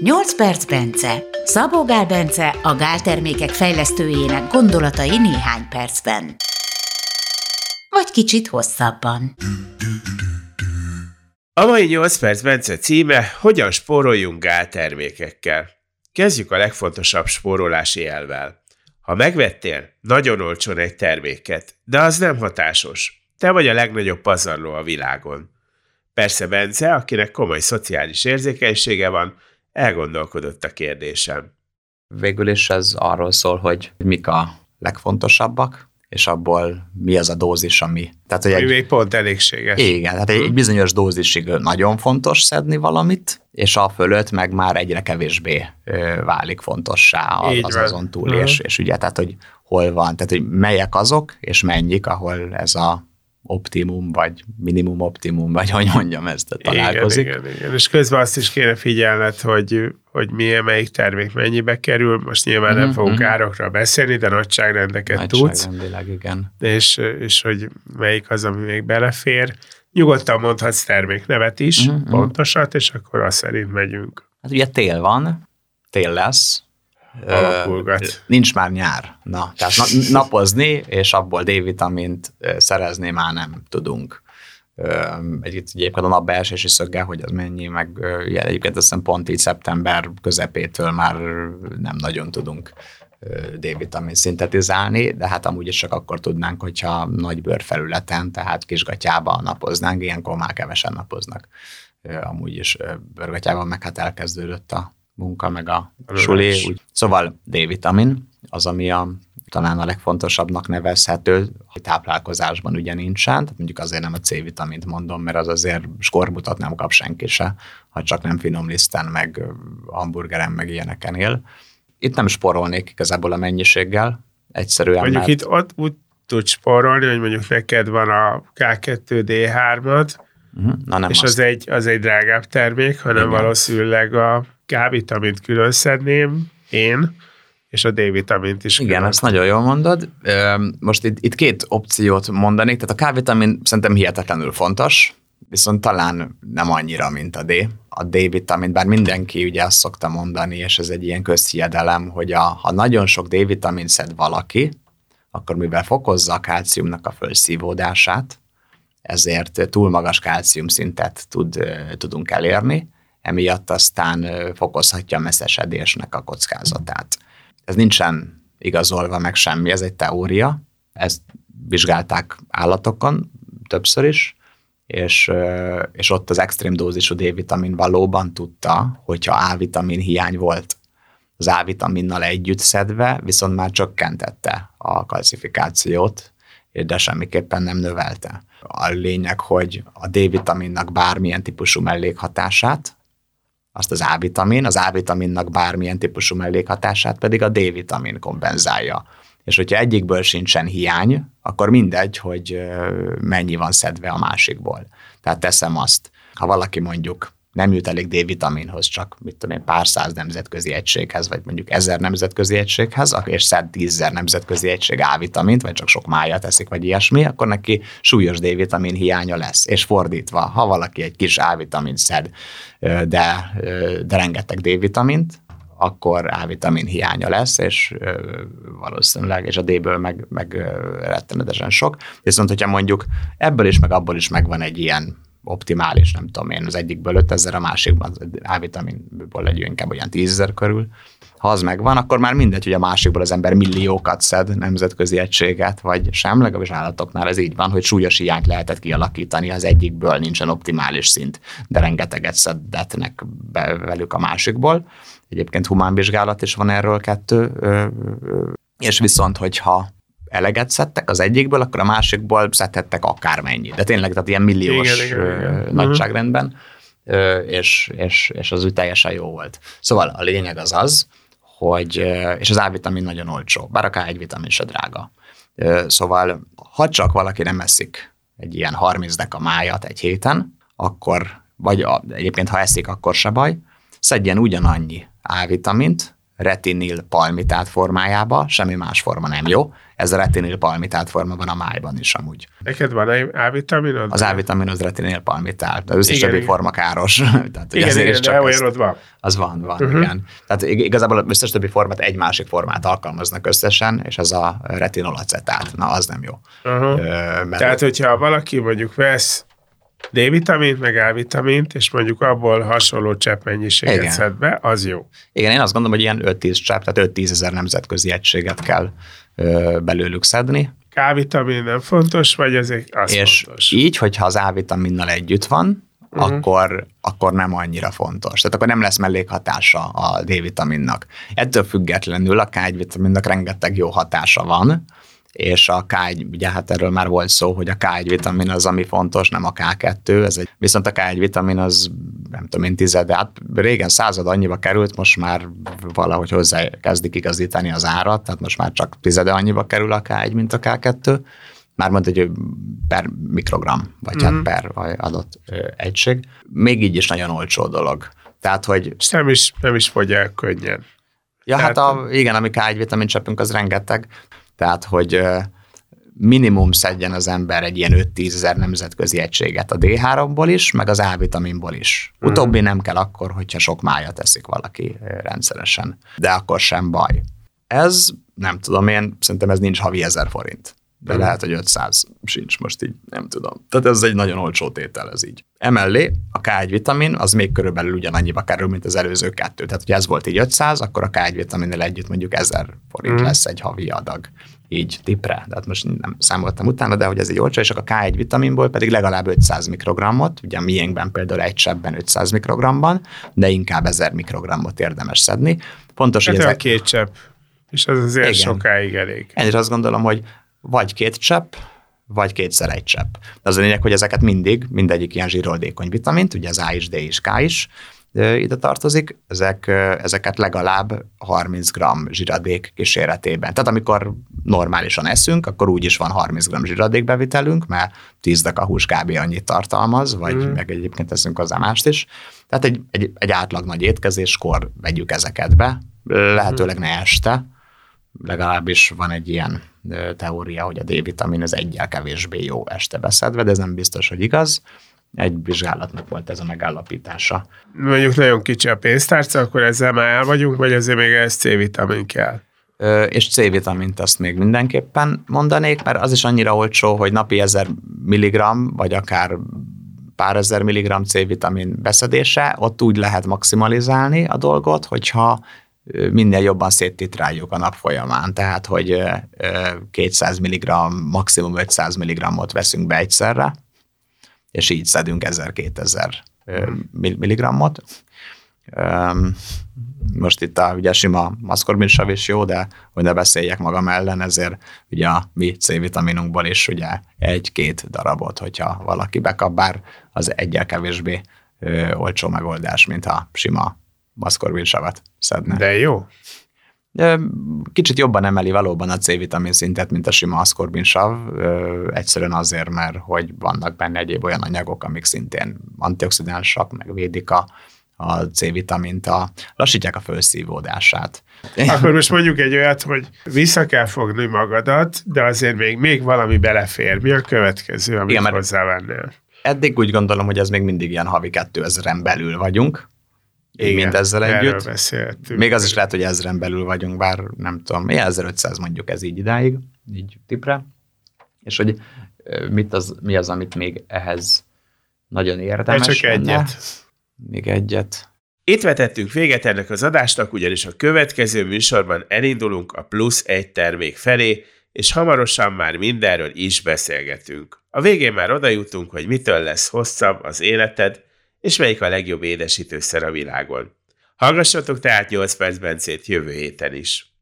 8 perc Bence. Szabó Gál Bence, a gáltermékek fejlesztőjének gondolatai néhány percben. Vagy kicsit hosszabban. A mai 8 perc Bence címe: hogyan spóroljunk gáltermékekkel. Kezdjük a legfontosabb spórolási elvvel. Ha megvettél nagyon olcsón egy terméket, de az nem hatásos, te vagy a legnagyobb pazarló a világon. Persze Bence, akinek komoly szociális érzékenysége van, elgondolkodott a kérdésem. Végül is ez arról szól, hogy mik a legfontosabbak, és abból mi az a dózis, ami... Tehát, hogy még pont elégséges. Igen, tehát egy bizonyos dózisig nagyon fontos szedni valamit, és a fölött meg már egyre kevésbé válik fontossá azon túl, és ugye, tehát, hogy hol van, tehát, hogy melyek azok, és mennyik, ahol ez a optimum, vagy minimum optimum, vagy hogy mondjam, ezt találkozik. Igen. És közben azt is kéne figyelned, hogy melyik termék mennyibe kerül. Most nyilván nem fogunk árokra beszélni, de nagyságrendeket tudsz. Nagyságrendileg, igen. És hogy melyik az, ami még belefér. Nyugodtan mondhatsz terméknevet is, pontosat, és akkor azt szerint megyünk. Hát ugye tél van, tél lesz. Nincs már nyár. Na, tehát napozni, és abból D-vitamint szerezni már nem tudunk. Egyébként a napbeesési szöggel, hogy az mennyi, meg egyébként azt hiszem pont így szeptember közepétől már nem nagyon tudunk D-vitamin szintetizálni, de hát amúgy is csak akkor tudnánk, hogyha nagy bőrfelületen, tehát kisgatyában napoznánk, ilyenkor már kevesen napoznak. Amúgy is bőrgatyában meg hát elkezdődött a munka, meg a suli. Szóval D-vitamin az, ami talán a legfontosabbnak nevezhető, hogy táplálkozásban ugye nincsen, tehát mondjuk azért nem a C-vitamint mondom, mert az azért skorbutot nem kap senki se, ha csak nem finom liszten, meg hamburgeren, meg ilyeneken él. Itt nem spórolnék igazából a mennyiséggel, egyszerűen. Mondjuk itt ott úgy tudsz spórolni, hogy mondjuk neked van a K2D3-ad, és az egy drágább termék, hanem igen. Valószínűleg a K-vitamint külön szedném én, és a D-vitamint is. Igen, ezt nagyon jól mondod. Most itt két opciót mondanék, tehát a K-vitamin szerintem hihetetlenül fontos, viszont talán nem annyira, mint a D. A D-vitamin, bár mindenki ugye azt szokta mondani, és ez egy ilyen közhiedelem, hogy ha nagyon sok D-vitamin szed valaki, akkor mivel fokozza a kálciumnak a fölszívódását, ezért túl magas kálcium szintet tudunk elérni, emiatt aztán fokozhatja a messzesedésnek a kockázatát. Ez nincsen igazolva meg semmi, ez egy teória, ezt vizsgálták állatokon többször is, és ott az extrém dózisú D-vitamin valóban tudta, hogyha A-vitamin hiány volt az A-vitaminnal együtt szedve, viszont már csökkentette a kalcifikációt, de semmiképpen nem növelte. A lényeg, hogy a D-vitaminnak bármilyen típusú mellékhatását, azt az A-vitaminnak bármilyen típusú mellékhatását pedig a D-vitamin kompenzálja. És hogyha egyikből sincsen hiány, akkor mindegy, hogy mennyi van szedve a másikból. Tehát teszem azt, ha valaki mondjuk nem jut elég D-vitaminhoz, csak pár száz nemzetközi egységhez, vagy mondjuk 1000 nemzetközi egységhez, és szed 10.000 nemzetközi egység A-vitamint, vagy csak sok májat eszik, vagy ilyesmi, akkor neki súlyos D-vitamin hiánya lesz. És fordítva, ha valaki egy kis A-vitamint szed, de rengeteg D-vitamint, akkor A-vitamin hiánya lesz, és valószínűleg, és a D-ből meg rettenetesen sok. Viszont, hogyha mondjuk ebből is, meg abból is megvan egy ilyen optimális, nem tudom én, az egyikből 5000, a másikban az A-vitaminból legyünk inkább olyan 10.000 körül. Ha az megvan, akkor már mindegy, hogy a másikból az ember milliókat szed nemzetközi egységet, vagy sem, legalábbis állatoknál ez így van, hogy súlyos hiányt lehetett kialakítani, az egyikből nincsen optimális szint, de rengeteget szedetnek velük a másikból. Egyébként humánvizsgálat is van erről 2, és viszont, hogyha eleget szedtek az egyikből, akkor a másikból szedhettek akármennyi. De tényleg, tehát ilyen milliós igen. Nagyságrendben, és az úgy teljesen jó volt. Szóval a lényeg az, hogy, és az A-vitamin nagyon olcsó, bár a K1-vitamin se drága. Szóval, ha csak valaki nem eszik egy ilyen 30 deka májat egy héten, akkor, vagy egyébként ha eszik, akkor se baj, szedjen ugyanannyi A-vitamint, retinil palmitát formájába, semmi más forma nem jó. Ez a retinil palmitát forma van a májban is amúgy. Neked van A-vitaminod? Az A-vitamin az retinil palmitát, de összes többi forma káros. Tehát, igen, de olyanod van. Az van, igen. Tehát igazából összes többi formát egy másik formát alkalmaznak összesen, és ez a retinolacetát. Na, az nem jó. Tehát, hogyha valaki mondjuk vesz D-vitamint, meg A-vitamint, és mondjuk abból hasonló cseppmennyiséget szed be, az jó. Igen, én azt gondolom, hogy ilyen 5-10 csepp, tehát 5-10 ezer nemzetközi egységet kell belőlük szedni. A-vitamin nem fontos, vagy ezek az és fontos? Így, hogyha az A-vitaminnal együtt van, akkor nem annyira fontos. Tehát akkor nem lesz mellékhatása a D-vitaminnak. Ettől függetlenül a K1-vitaminnak rengeteg jó hatása van, és a K1, ugye hát erről már volt szó, hogy a K1-vitamin az, ami fontos, nem a K2, viszont a K1-vitamin az, nem tudom én, 10, de hát régen 100 annyiba került, most már valahogy hozzá kezdik igazítani az árat, tehát most már csak 10 annyiba kerül a K1, mint a K2, mármint, hogy per mikrogram, vagy hát per adott egység. Még így is nagyon olcsó dolog. Tehát, hogy... Nem is fogy el könnyen. Ja, tehát... hát igen, ami K1-vitamin cseppünk, az rengeteg. Tehát, hogy minimum szedjen az ember egy ilyen 5-10 ezer nemzetközi egységet a D3-ból is, meg az A-vitaminból is. Utóbbi nem kell akkor, hogyha sok májat eszik valaki rendszeresen. De akkor sem baj. Ez, nem tudom én, szerintem ez nincs havi 1000 forint. De lehet, hogy 500 sincs most így, nem tudom. Tehát ez egy nagyon olcsó tétel, ez így. Emellé a K1-vitamin az még körülbelül ugyanannyiba kerül, mint az előző kettő. Tehát, hogy ez volt így 500, akkor a K1-vitaminnel együtt mondjuk 1000 forint lesz egy havi adag. Így tippre. Tehát most nem számoltam utána, de hogy ez így olcsó, és a K1-vitaminból pedig legalább 500 mikrogrammot, ugye a miénkben például egy cseppben 500 mikrogramban, de inkább 1000 mikrogramot érdemes szedni. Pontos, hogy ezek... a 2 csepp, és az azért sokáig elég. Én is azt gondolom, hogy vagy 2 csepp, vagy 2x1 csepp. De az a lényeg, hogy ezeket mindegyik ilyen zsíroldékony vitamint, ugye az A is, D is, K is ide tartozik, ezeket legalább 30 g zsíradék kíséretében. Tehát amikor normálisan eszünk, akkor úgyis van 30 g zsíradékbevitelünk, mert 10 deka hús kb. Annyit tartalmaz, vagy meg egyébként teszünk hozzá mást is. Tehát egy átlag nagy étkezéskor vegyük ezeket be, lehetőleg ne este, legalábbis van egy ilyen teória, hogy a D-vitamin az egyel kevésbé jó este beszedve, de ez nem biztos, hogy igaz. Egy vizsgálatnak volt ez a megállapítása. Mondjuk nagyon kicsi a pénztárca, akkor ezzel már el vagyunk, vagy azért még ez C-vitamin kell? És C-vitamint azt még mindenképpen mondanék, mert az is annyira olcsó, hogy napi 1000 mg, vagy akár pár ezer milligramm C-vitamin beszedése, ott úgy lehet maximalizálni a dolgot, hogyha minél jobban széttitráljuk a nap folyamán. Tehát, hogy 200 mg, maximum 500 mg-ot veszünk be egyszerre, és így szedünk 1000-2000 milligrammot. Most itt ugye sima maszkorbinsav is jó, de hogy ne beszéljek magam ellen, ezért ugye a mi C-vitaminunkból is ugye 1-2 darabot, hogyha valaki bekap, bár az egyel kevésbé olcsó megoldás, mint a sima maszkorbinsavat szedne. De jó. Kicsit jobban emeli valóban a C-vitamin szintet, mint a sima aszkorbinsav, egyszerűen azért, mert hogy vannak benne egyéb olyan anyagok, amik szintén antioxidánsak, meg védik a C-vitamint, lassítják a fölszívódását. Akkor most mondjuk egy olyat, hogy vissza kell fogni magadat, de azért még valami belefér. Mi a következő, amit hozzávennél? Eddig úgy gondolom, hogy ez még mindig ilyen havi 2000-en belül vagyunk. Igen, mind ezzel együtt. Beszéltünk. Még az is lehet, hogy 1000-en belül vagyunk, bár nem tudom, 1500 mondjuk ez így idáig, így tippre. És hogy mi az, amit még ehhez nagyon érdemes. Csak egyet. Még egyet. Itt vetettünk véget ennek az adásnak, ugyanis a következő műsorban elindulunk a plusz egy termék felé, és hamarosan már mindenről is beszélgetünk. A végén már oda jutunk, hogy mitől lesz hosszabb az életed, és melyik a legjobb édesítőszer a világon. Hallgassatok tehát 8 perc Bencét jövő héten is.